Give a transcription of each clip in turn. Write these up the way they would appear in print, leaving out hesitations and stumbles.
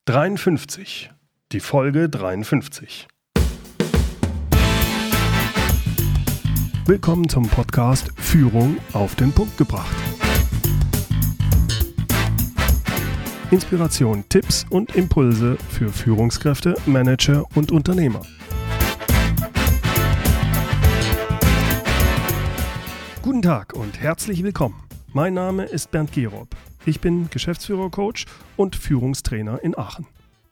53. Die Folge 53. Willkommen zum Podcast Führung auf den Punkt gebracht. Inspiration, Tipps und Impulse für Führungskräfte, Manager und Unternehmer. Guten Tag und herzlich willkommen. Mein Name ist Bernd Gerob. Ich bin Geschäftsführer-Coach und Führungstrainer in Aachen.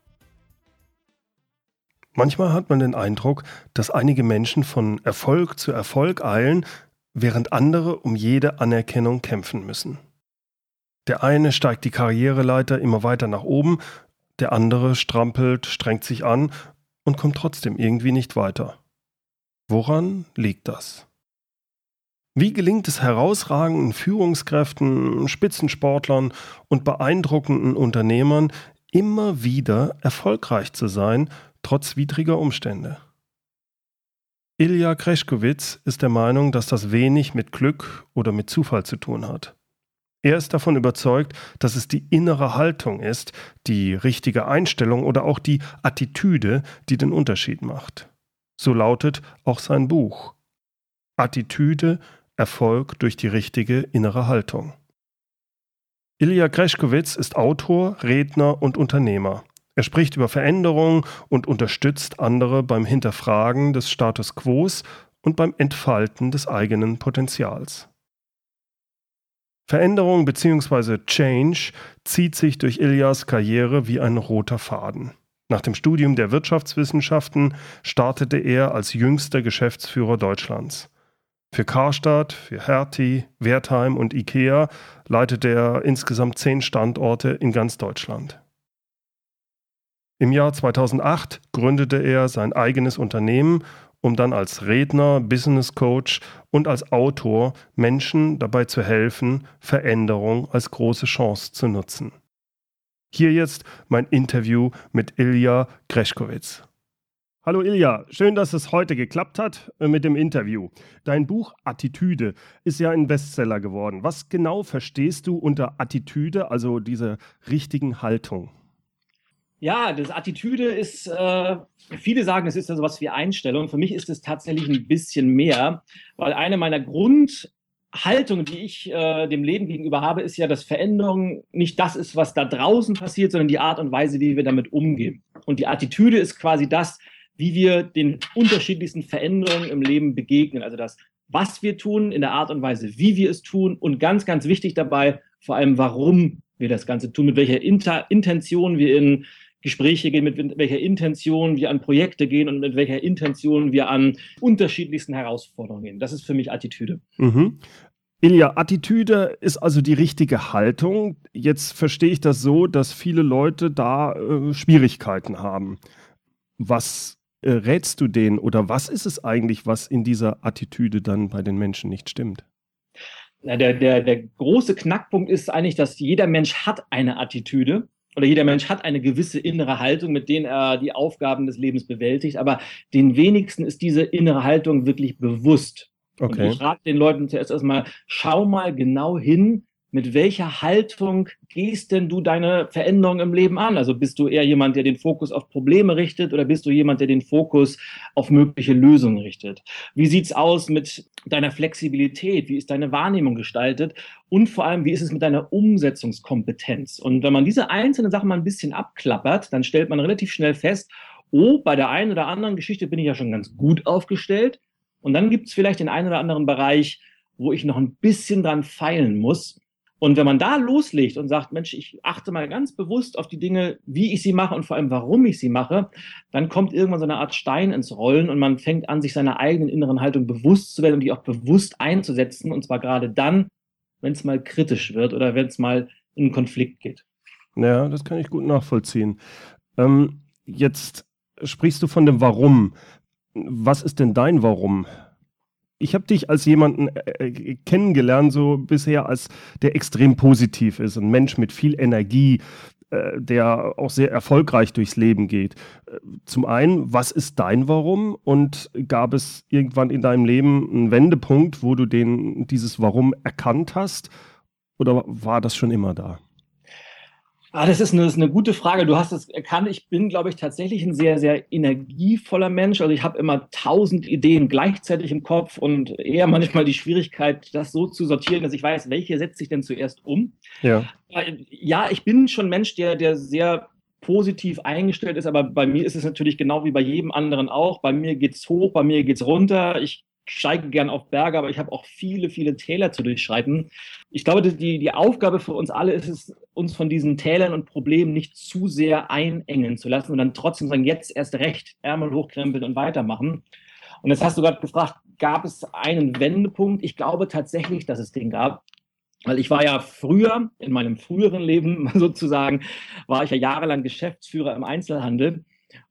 Manchmal hat man den Eindruck, dass einige Menschen von Erfolg zu Erfolg eilen, während andere um jede Anerkennung kämpfen müssen. Der eine steigt die Karriereleiter immer weiter nach oben, der andere strampelt, strengt sich an und kommt trotzdem irgendwie nicht weiter. Woran liegt das? Wie gelingt es herausragenden Führungskräften, Spitzensportlern und beeindruckenden Unternehmern, immer wieder erfolgreich zu sein, trotz widriger Umstände? Ilja Greschkowitz ist der Meinung, dass das wenig mit Glück oder mit Zufall zu tun hat. Er ist davon überzeugt, dass es die innere Haltung ist, die richtige Einstellung oder auch die Attitüde, die den Unterschied macht. So lautet auch sein Buch. Attitüde, Erfolg durch die richtige innere Haltung. Ilja Greschkowitz ist Autor, Redner und Unternehmer. Er spricht über Veränderung und unterstützt andere beim Hinterfragen des Status quo und beim Entfalten des eigenen Potenzials. Veränderung bzw. Change zieht sich durch Iljas Karriere wie ein roter Faden. Nach dem Studium der Wirtschaftswissenschaften startete er als jüngster Geschäftsführer Deutschlands. Für Karstadt, für Hertie, Wertheim und Ikea leitete er insgesamt 10 Standorte in ganz Deutschland. Im Jahr 2008 gründete er sein eigenes Unternehmen, um dann als Redner, Business Coach und als Autor Menschen dabei zu helfen, Veränderung als große Chance zu nutzen. Hier jetzt mein Interview mit Ilja Greschkowitz. Hallo Ilja, schön, dass es heute geklappt hat mit dem Interview. Dein Buch Attitüde ist ja ein Bestseller geworden. Was genau verstehst du unter Attitüde, also diese richtigen Haltung? Ja, das Attitüde ist, viele sagen, es ist ja sowas wie Einstellung. Für mich ist es tatsächlich ein bisschen mehr, weil eine meiner Grundhaltungen, die ich dem Leben gegenüber habe, ist ja, dass Veränderung nicht das ist, was da draußen passiert, sondern die Art und Weise, wie wir damit umgehen. Und die Attitüde ist quasi das, wie wir den unterschiedlichsten Veränderungen im Leben begegnen. Also das, was wir tun, in der Art und Weise, wie wir es tun und ganz, ganz wichtig dabei, vor allem, warum wir das Ganze tun, mit welcher Intention wir in Gespräche gehen, mit welcher Intention wir an Projekte gehen und mit welcher Intention wir an unterschiedlichsten Herausforderungen gehen. Das ist für mich Attitüde. Mhm. Ilja, Attitüde ist also die richtige Haltung. Jetzt verstehe ich das so, dass viele Leute da Schwierigkeiten haben. Was rätst du denen oder was ist es eigentlich, was in dieser Attitüde dann bei den Menschen nicht stimmt? Ja, der große Knackpunkt ist eigentlich, dass jeder Mensch hat eine Attitüde. Oder jeder Mensch hat eine gewisse innere Haltung, mit denen er die Aufgaben des Lebens bewältigt. Aber den wenigsten ist diese innere Haltung wirklich bewusst. Okay. Und ich rate den Leuten zuerst erstmal, schau mal genau hin, mit welcher Haltung gehst denn du deine Veränderung im Leben an? Also bist du eher jemand, der den Fokus auf Probleme richtet oder bist du jemand, der den Fokus auf mögliche Lösungen richtet? Wie sieht's aus mit deiner Flexibilität? Wie ist deine Wahrnehmung gestaltet? Und vor allem, wie ist es mit deiner Umsetzungskompetenz? Und wenn man diese einzelnen Sachen mal ein bisschen abklappert, dann stellt man relativ schnell fest, oh, bei der einen oder anderen Geschichte bin ich ja schon ganz gut aufgestellt. Und dann gibt's vielleicht den einen oder anderen Bereich, wo ich noch ein bisschen dran feilen muss. Und wenn man da loslegt und sagt, Mensch, ich achte mal ganz bewusst auf die Dinge, wie ich sie mache und vor allem, warum ich sie mache, dann kommt irgendwann so eine Art Stein ins Rollen und man fängt an, sich seiner eigenen inneren Haltung bewusst zu werden und die auch bewusst einzusetzen. Und zwar gerade dann, wenn es mal kritisch wird oder wenn es mal in einen Konflikt geht. Ja, das kann ich gut nachvollziehen. Jetzt sprichst du von dem Warum. Was ist denn dein Warum? Ich habe dich als jemanden kennengelernt, so bisher, als der extrem positiv ist, ein Mensch mit viel Energie, der auch sehr erfolgreich durchs Leben geht. Zum einen, was ist dein Warum? Und gab es irgendwann in deinem Leben einen Wendepunkt, wo du dieses Warum erkannt hast? Oder war das schon immer da? Das ist eine gute Frage. Du hast es erkannt. Ich bin, glaube ich, tatsächlich ein sehr, sehr energievoller Mensch. Also ich habe immer 1000 Ideen gleichzeitig im Kopf und eher manchmal die Schwierigkeit, das so zu sortieren, dass ich weiß, welche setze ich denn zuerst um. Ja. Ja, ich bin schon ein Mensch, der sehr positiv eingestellt ist, aber bei mir ist es natürlich genau wie bei jedem anderen auch. Bei mir geht's hoch, bei mir geht's runter. Ich steige gern auf Berge, aber ich habe auch viele, viele Täler zu durchschreiten. Ich glaube, die Aufgabe für uns alle ist es, uns von diesen Tälern und Problemen nicht zu sehr einengen zu lassen und dann trotzdem sagen, jetzt erst recht, Ärmel hochkrempeln und weitermachen. Und jetzt hast du gerade gefragt, gab es einen Wendepunkt? Ich glaube tatsächlich, dass es den gab. Weil ich war ja früher, in meinem früheren Leben sozusagen, war ich ja jahrelang Geschäftsführer im Einzelhandel.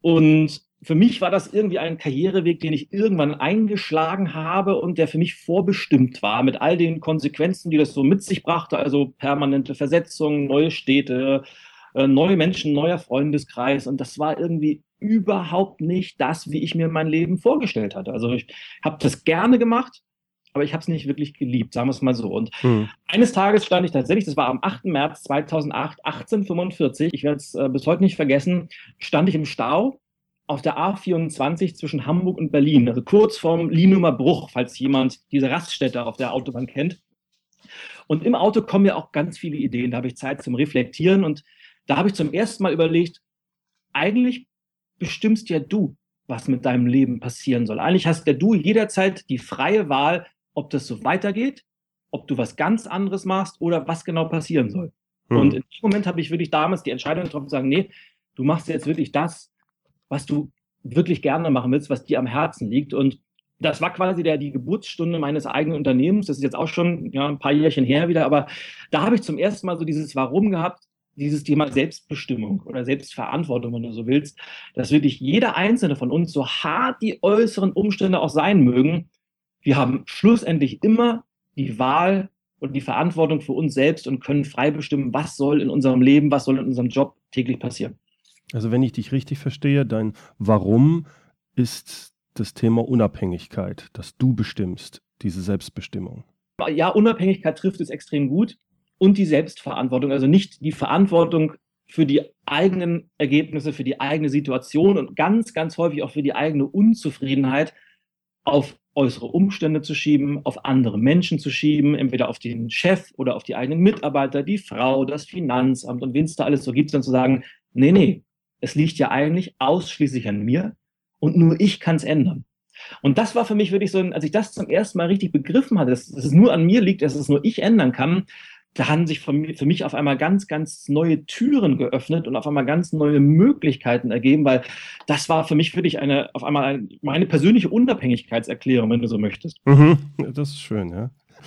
Und für mich war das irgendwie ein Karriereweg, den ich irgendwann eingeschlagen habe und der für mich vorbestimmt war, mit all den Konsequenzen, die das so mit sich brachte, also permanente Versetzungen, neue Städte, neue Menschen, neuer Freundeskreis. Und das war irgendwie überhaupt nicht das, wie ich mir mein Leben vorgestellt hatte. Also ich habe das gerne gemacht, aber ich habe es nicht wirklich geliebt, sagen wir es mal so. Und eines Tages stand ich tatsächlich, das war am 8. März 2008, 18:45, ich werde es bis heute nicht vergessen, stand ich im Stau auf der A24 zwischen Hamburg und Berlin, also kurz vorm Lienumer Bruch, falls jemand diese Raststätte auf der Autobahn kennt. Und im Auto kommen ja auch ganz viele Ideen, da habe ich Zeit zum Reflektieren und da habe ich zum ersten Mal überlegt, eigentlich bestimmst ja du, was mit deinem Leben passieren soll. Eigentlich hast ja du jederzeit die freie Wahl, ob das so weitergeht, ob du was ganz anderes machst oder was genau passieren soll. Und in dem Moment habe ich wirklich damals die Entscheidung getroffen, zu sagen, nee, du machst jetzt wirklich das, was du wirklich gerne machen willst, was dir am Herzen liegt. Und das war quasi die Geburtsstunde meines eigenen Unternehmens. Das ist jetzt auch schon ein paar Jährchen her wieder, aber da habe ich zum ersten Mal so dieses Warum gehabt, dieses Thema Selbstbestimmung oder Selbstverantwortung, wenn du so willst, dass wirklich jeder Einzelne von uns, so hart die äußeren Umstände auch sein mögen, wir haben schlussendlich immer die Wahl und die Verantwortung für uns selbst und können frei bestimmen, was soll in unserem Leben, was soll in unserem Job täglich passieren. Also wenn ich dich richtig verstehe, dein Warum ist das Thema Unabhängigkeit, dass du bestimmst, diese Selbstbestimmung. Ja, Unabhängigkeit trifft es extrem gut und die Selbstverantwortung, also nicht die Verantwortung für die eigenen Ergebnisse, für die eigene Situation und ganz, ganz häufig auch für die eigene Unzufriedenheit auf äußere Umstände zu schieben, auf andere Menschen zu schieben, entweder auf den Chef oder auf die eigenen Mitarbeiter, die Frau, das Finanzamt und wen es da alles so gibt, dann zu sagen, nee, es liegt ja eigentlich ausschließlich an mir und nur ich kann es ändern. Und das war für mich wirklich so, als ich das zum ersten Mal richtig begriffen hatte, dass es nur an mir liegt, dass es nur ich ändern kann, da haben sich für mich auf einmal ganz, ganz neue Türen geöffnet und auf einmal ganz neue Möglichkeiten ergeben, weil das war für mich wirklich meine persönliche Unabhängigkeitserklärung, wenn du so möchtest. Das ist schön, ja.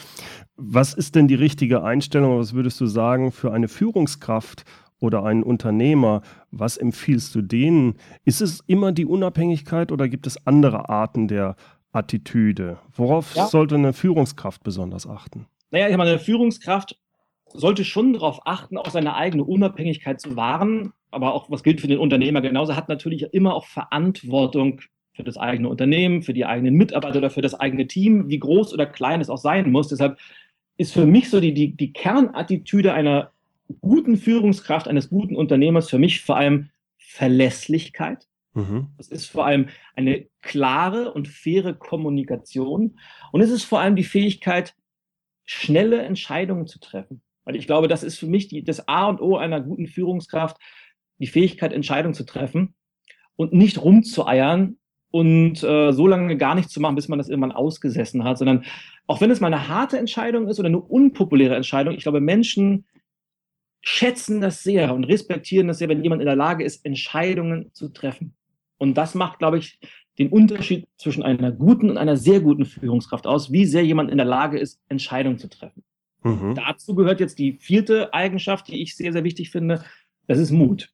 Was ist denn die richtige Einstellung, was würdest du sagen, für eine Führungskraft oder einen Unternehmer? Was empfiehlst du denen? Ist es immer die Unabhängigkeit oder gibt es andere Arten der Attitüde? Worauf sollte eine Führungskraft besonders achten? Naja, ich meine, eine Führungskraft sollte schon darauf achten, auch seine eigene Unabhängigkeit zu wahren, aber auch, was gilt für den Unternehmer genauso, hat natürlich immer auch Verantwortung für das eigene Unternehmen, für die eigenen Mitarbeiter oder für das eigene Team, wie groß oder klein es auch sein muss. Deshalb ist für mich so die Kernattitüde einer guten Führungskraft, eines guten Unternehmers für mich vor allem Verlässlichkeit. Es ist vor allem eine klare und faire Kommunikation und es ist vor allem die Fähigkeit, schnelle Entscheidungen zu treffen. Weil ich glaube, das ist für mich das A und O einer guten Führungskraft, die Fähigkeit, Entscheidungen zu treffen und nicht rumzueiern und so lange gar nichts zu machen, bis man das irgendwann ausgesessen hat, sondern auch wenn es mal eine harte Entscheidung ist oder eine unpopuläre Entscheidung, ich glaube, Menschen schätzen das sehr und respektieren das sehr, wenn jemand in der Lage ist, Entscheidungen zu treffen. Und das macht, glaube ich, den Unterschied zwischen einer guten und einer sehr guten Führungskraft aus, wie sehr jemand in der Lage ist, Entscheidungen zu treffen. Dazu gehört jetzt die 4. Eigenschaft, die ich sehr, sehr wichtig finde, das ist Mut.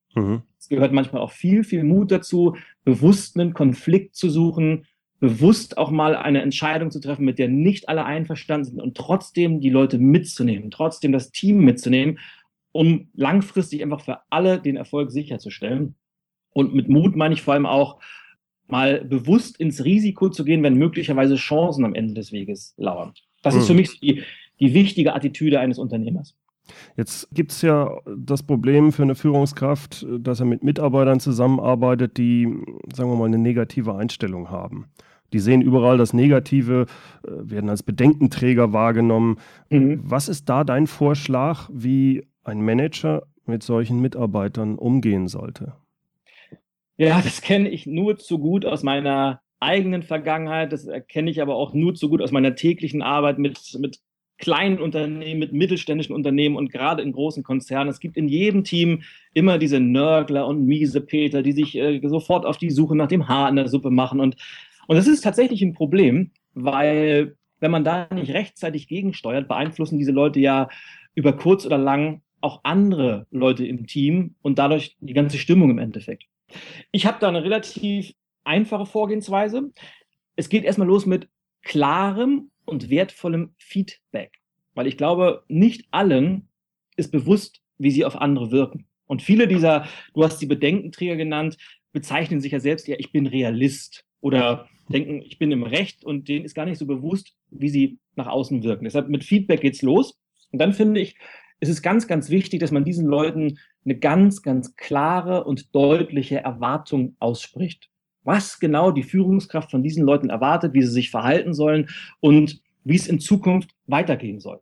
Es gehört manchmal auch viel, viel Mut dazu, bewusst einen Konflikt zu suchen, bewusst auch mal eine Entscheidung zu treffen, mit der nicht alle einverstanden sind und trotzdem die Leute mitzunehmen, trotzdem das Team mitzunehmen, um langfristig einfach für alle den Erfolg sicherzustellen. Und mit Mut meine ich vor allem auch, mal bewusst ins Risiko zu gehen, wenn möglicherweise Chancen am Ende des Weges lauern. Das ist für mich die wichtige Attitüde eines Unternehmers. Jetzt gibt es ja das Problem für eine Führungskraft, dass er mit Mitarbeitern zusammenarbeitet, die, sagen wir mal, eine negative Einstellung haben. Die sehen überall das Negative, werden als Bedenkenträger wahrgenommen. Was ist da dein Vorschlag, wie ein Manager mit solchen Mitarbeitern umgehen sollte? Ja, das kenne ich nur zu gut aus meiner eigenen Vergangenheit. Das kenne ich aber auch nur zu gut aus meiner täglichen Arbeit mit kleinen Unternehmen, mit mittelständischen Unternehmen und gerade in großen Konzernen. Es gibt in jedem Team immer diese Nörgler und Miesepeter, die sich sofort auf die Suche nach dem Haar in der Suppe machen. Und das ist tatsächlich ein Problem, weil wenn man da nicht rechtzeitig gegensteuert, beeinflussen diese Leute ja über kurz oder lang auch andere Leute im Team und dadurch die ganze Stimmung im Endeffekt. Ich habe da eine relativ einfache Vorgehensweise. Es geht erstmal los mit klarem und wertvollem Feedback, weil ich glaube, nicht allen ist bewusst, wie sie auf andere wirken. Und viele dieser, du hast die Bedenkenträger genannt, bezeichnen sich ja selbst, ja, ich bin Realist oder denken, ich bin im Recht und denen ist gar nicht so bewusst, wie sie nach außen wirken. Deshalb mit Feedback geht's los. Und dann finde ich, es ist ganz, ganz wichtig, dass man diesen Leuten eine ganz, ganz klare und deutliche Erwartung ausspricht. Was genau die Führungskraft von diesen Leuten erwartet, wie sie sich verhalten sollen und wie es in Zukunft weitergehen soll.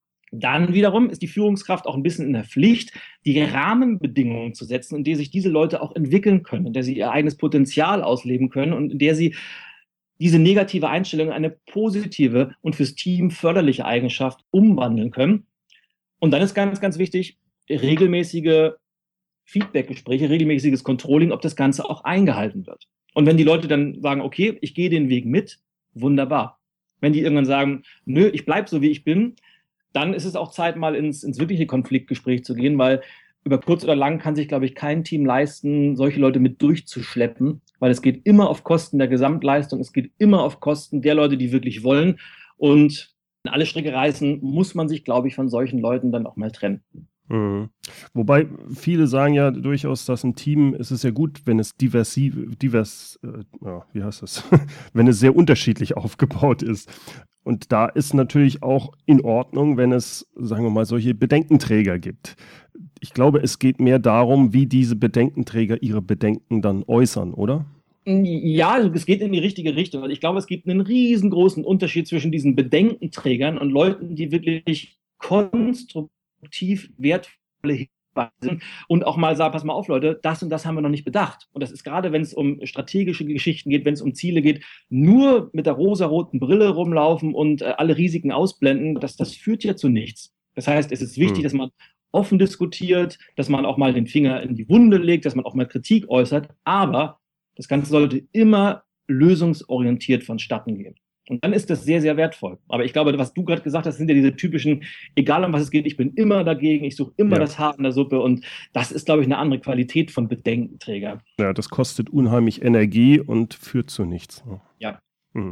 Dann wiederum ist die Führungskraft auch ein bisschen in der Pflicht, die Rahmenbedingungen zu setzen, in der sich diese Leute auch entwickeln können, in der sie ihr eigenes Potenzial ausleben können und in der sie diese negative Einstellung in eine positive und fürs Team förderliche Eigenschaft umwandeln können. Und dann ist ganz, ganz wichtig, regelmäßige Feedbackgespräche, regelmäßiges Controlling, ob das Ganze auch eingehalten wird. Und wenn die Leute dann sagen, okay, ich gehe den Weg mit, wunderbar. Wenn die irgendwann sagen, nö, ich bleibe so, wie ich bin, dann ist es auch Zeit, mal ins wirkliche Konfliktgespräch zu gehen, weil über kurz oder lang kann sich, glaube ich, kein Team leisten, solche Leute mit durchzuschleppen, weil es geht immer auf Kosten der Gesamtleistung, es geht immer auf Kosten der Leute, die wirklich wollen. Und wenn alle Stricke reißen, muss man sich, glaube ich, von solchen Leuten dann auch mal trennen. Mhm. Wobei viele sagen ja durchaus, dass ein Team, es ist ja gut, wenn es wie heißt das? Wenn es sehr unterschiedlich aufgebaut ist. Und da ist natürlich auch in Ordnung, wenn es, sagen wir mal, solche Bedenkenträger gibt. Ich glaube, es geht mehr darum, wie diese Bedenkenträger ihre Bedenken dann äußern, oder? Ja, es geht in die richtige Richtung. Also ich glaube, es gibt einen riesengroßen Unterschied zwischen diesen Bedenkenträgern und Leuten, die wirklich konstruktiv wertvolle Hinweise sind und auch mal sagen, pass mal auf, Leute, das und das haben wir noch nicht bedacht. Und das ist gerade, wenn es um strategische Geschichten geht, wenn es um Ziele geht, nur mit der rosaroten Brille rumlaufen und alle Risiken ausblenden, das führt ja zu nichts. Das heißt, es ist wichtig, dass man offen diskutiert, dass man auch mal den Finger in die Wunde legt, dass man auch mal Kritik äußert, aber das Ganze sollte immer lösungsorientiert vonstatten gehen. Und dann ist das sehr, sehr wertvoll. Aber ich glaube, was du gerade gesagt hast, sind ja diese typischen, egal um was es geht, ich bin immer dagegen, ich suche immer das Haar in der Suppe. Und das ist, glaube ich, eine andere Qualität von Bedenkenträger. Ja, das kostet unheimlich Energie und führt zu nichts. Ja.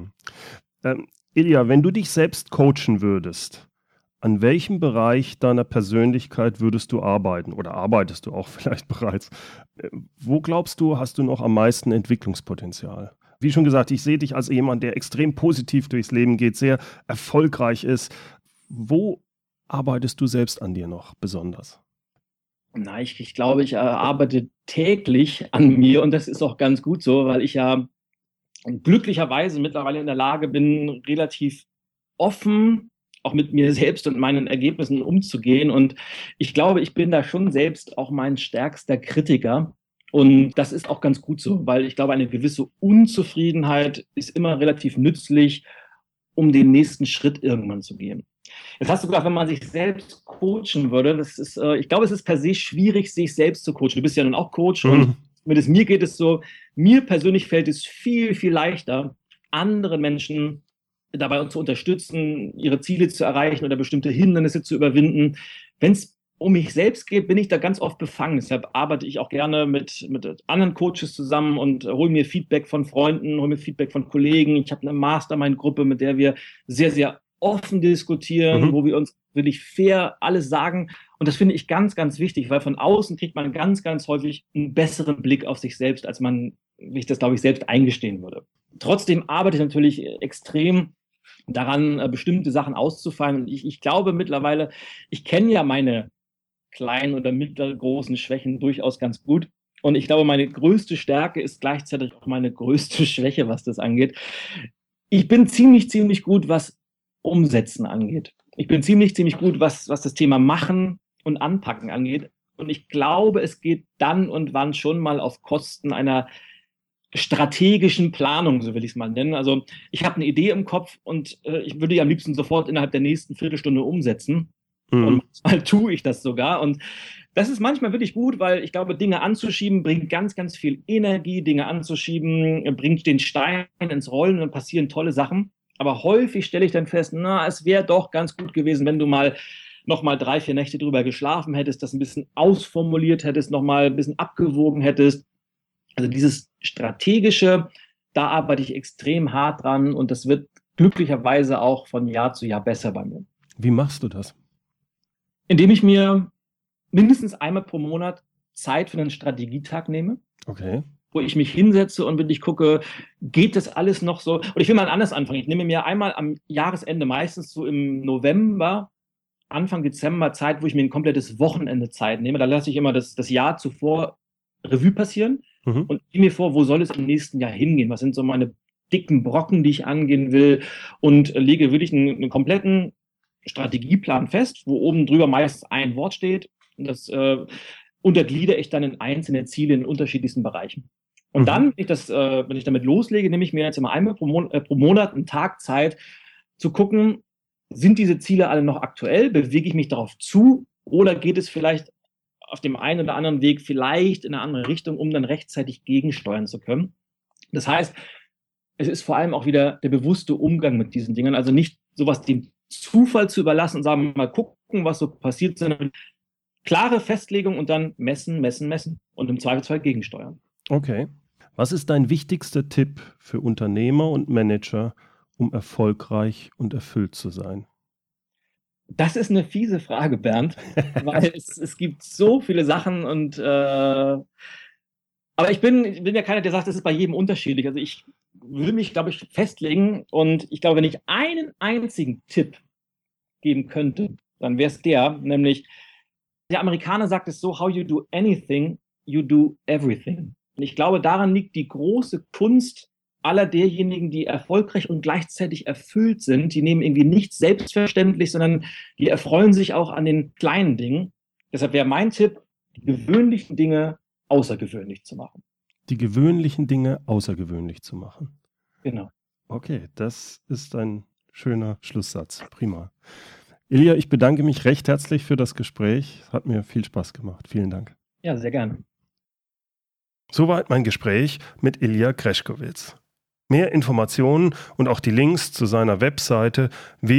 Ilja, wenn du dich selbst coachen würdest, an welchem Bereich deiner Persönlichkeit würdest du arbeiten oder arbeitest du auch vielleicht bereits? Wo glaubst du, hast du noch am meisten Entwicklungspotenzial? Wie schon gesagt, ich sehe dich als jemand, der extrem positiv durchs Leben geht, sehr erfolgreich ist. Wo arbeitest du selbst an dir noch besonders? Na, ich glaube, ich arbeite täglich an mir und das ist auch ganz gut so, weil ich ja glücklicherweise mittlerweile in der Lage bin, relativ offen auch mit mir selbst und meinen Ergebnissen umzugehen. Und ich glaube, ich bin da schon selbst auch mein stärkster Kritiker. Und das ist auch ganz gut so, weil ich glaube, eine gewisse Unzufriedenheit ist immer relativ nützlich, um den nächsten Schritt irgendwann zu gehen. Jetzt hast du gesagt, wenn man sich selbst coachen würde, das ist, ich glaube, es ist per se schwierig, sich selbst zu coachen. Du bist ja nun auch Coach und mir geht es so, mir persönlich fällt es viel, viel leichter, andere Menschen dabei zu unterstützen, ihre Ziele zu erreichen oder bestimmte Hindernisse zu überwinden. Wenn es um mich selbst geht, bin ich da ganz oft befangen. Deshalb arbeite ich auch gerne mit anderen Coaches zusammen und hole mir Feedback von Freunden, hole mir Feedback von Kollegen. Ich habe eine Mastermind-Gruppe, mit der wir sehr, sehr offen diskutieren, wo wir uns wirklich fair alles sagen. Und das finde ich ganz, ganz wichtig, weil von außen kriegt man ganz, ganz häufig einen besseren Blick auf sich selbst, als man sich das, glaube ich, selbst eingestehen würde. Trotzdem arbeite ich natürlich extrem daran, bestimmte Sachen auszufallen. Und ich glaube mittlerweile, ich kenne ja meine kleinen oder mittelgroßen Schwächen durchaus ganz gut. Und ich glaube, meine größte Stärke ist gleichzeitig auch meine größte Schwäche, was das angeht. Ich bin ziemlich gut, was Umsetzen angeht. Ich bin ziemlich gut, was das Thema Machen und Anpacken angeht. Und ich glaube, es geht dann und wann schon mal auf Kosten einer strategischen Planung, so will ich es mal nennen. Also ich habe eine Idee im Kopf und ich würde die am liebsten sofort innerhalb der nächsten Viertelstunde umsetzen. Und manchmal tue ich das sogar. Und das ist manchmal wirklich gut, weil ich glaube, Dinge anzuschieben bringt ganz viel Energie. Dinge anzuschieben bringt den Stein ins Rollen und dann passieren tolle Sachen. Aber häufig stelle ich dann fest, es wäre doch ganz gut gewesen, wenn du noch mal 3-4 Nächte drüber geschlafen hättest, das ein bisschen ausformuliert hättest, noch mal ein bisschen abgewogen hättest. Also dieses Strategische, da arbeite ich extrem hart dran und das wird glücklicherweise auch von Jahr zu Jahr besser bei mir. Wie machst du das? Indem ich mir mindestens einmal pro Monat Zeit für einen Strategietag nehme. Okay. Wo ich mich hinsetze und wirklich gucke, geht das alles noch so? Und ich will mal anders anfangen. Ich nehme mir einmal am Jahresende, meistens so im November, Anfang Dezember Zeit, wo ich mir ein komplettes Wochenende Zeit nehme. Da lasse ich immer das Jahr zuvor Revue passieren und gehe mir vor, wo soll es im nächsten Jahr hingehen? Was sind so meine dicken Brocken, die ich angehen will? Und lege wirklich einen kompletten Strategieplan fest, wo oben drüber meist ein Wort steht. Und das untergliedere ich dann in einzelne Ziele in unterschiedlichsten Bereichen. Und dann, wenn ich damit loslege, nehme ich mir jetzt immer einmal pro Monat einen Tag Zeit, zu gucken, sind diese Ziele alle noch aktuell? Bewege ich mich darauf zu? Oder geht es vielleicht auf dem einen oder anderen Weg vielleicht in eine andere Richtung, um dann rechtzeitig gegensteuern zu können? Das heißt, es ist vor allem auch wieder der bewusste Umgang mit diesen Dingen. Also nicht sowas dem Zufall zu überlassen und sagen, mal gucken, was so passiert, sondern klare Festlegung und dann messen und im Zweifelsfall gegensteuern. Okay. Was ist dein wichtigster Tipp für Unternehmer und Manager, um erfolgreich und erfüllt zu sein? Das ist eine fiese Frage, Bernd, weil es gibt so viele Sachen und aber ich bin ja keiner, der sagt, das ist bei jedem unterschiedlich. Also ich will mich, glaube ich, festlegen und ich glaube, wenn ich einen einzigen Tipp geben könnte, dann wäre es nämlich der Amerikaner sagt es so, how you do anything, you do everything. Und ich glaube, daran liegt die große Kunst aller derjenigen, die erfolgreich und gleichzeitig erfüllt sind. Die nehmen irgendwie nichts selbstverständlich, sondern die erfreuen sich auch an den kleinen Dingen. Deshalb wäre mein Tipp, die gewöhnlichen Dinge außergewöhnlich zu machen. Die gewöhnlichen Dinge außergewöhnlich zu machen. Genau. Okay, das ist ein schöner Schlusssatz. Prima. Ilja, ich bedanke mich recht herzlich für das Gespräch. Es hat mir viel Spaß gemacht. Vielen Dank. Ja, sehr gerne. Soweit mein Gespräch mit Ilja Greschkowitz. Mehr Informationen und auch die Links zu seiner Webseite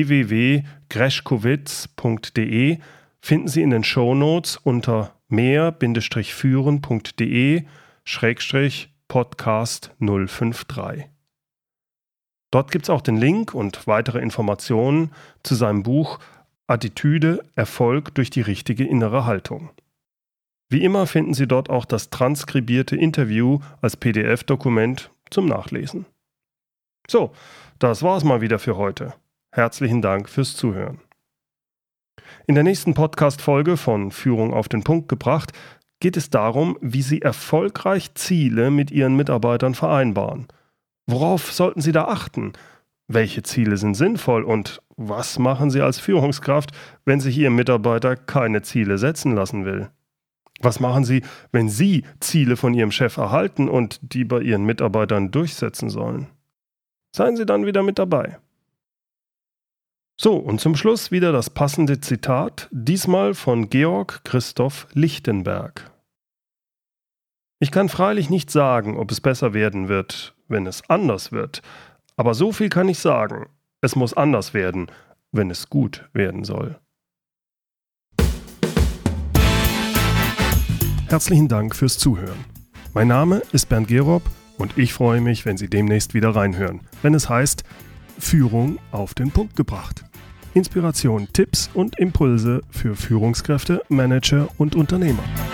www.greschkowitz.de finden Sie in den Shownotes unter mehr-führen.de/Podcast 053. Dort gibt es auch den Link und weitere Informationen zu seinem Buch Attitüde, Erfolg durch die richtige innere Haltung. Wie immer finden Sie dort auch das transkribierte Interview als PDF-Dokument zum Nachlesen. So, das war's mal wieder für heute. Herzlichen Dank fürs Zuhören. In der nächsten Podcast-Folge von Führung auf den Punkt gebracht geht es darum, wie Sie erfolgreich Ziele mit Ihren Mitarbeitern vereinbaren. Worauf sollten Sie da achten? Welche Ziele sind sinnvoll und was machen Sie als Führungskraft, wenn sich Ihr Mitarbeiter keine Ziele setzen lassen will? Was machen Sie, wenn Sie Ziele von Ihrem Chef erhalten und die bei Ihren Mitarbeitern durchsetzen sollen? Seien Sie dann wieder mit dabei. So, und zum Schluss wieder das passende Zitat, diesmal von Georg Christoph Lichtenberg. Ich kann freilich nicht sagen, ob es besser werden wird, wenn es anders wird, aber so viel kann ich sagen, es muss anders werden, wenn es gut werden soll. Herzlichen Dank fürs Zuhören. Mein Name ist Bernd Gerob und ich freue mich, wenn Sie demnächst wieder reinhören, wenn es heißt Führung auf den Punkt gebracht. Inspiration, Tipps und Impulse für Führungskräfte, Manager und Unternehmer.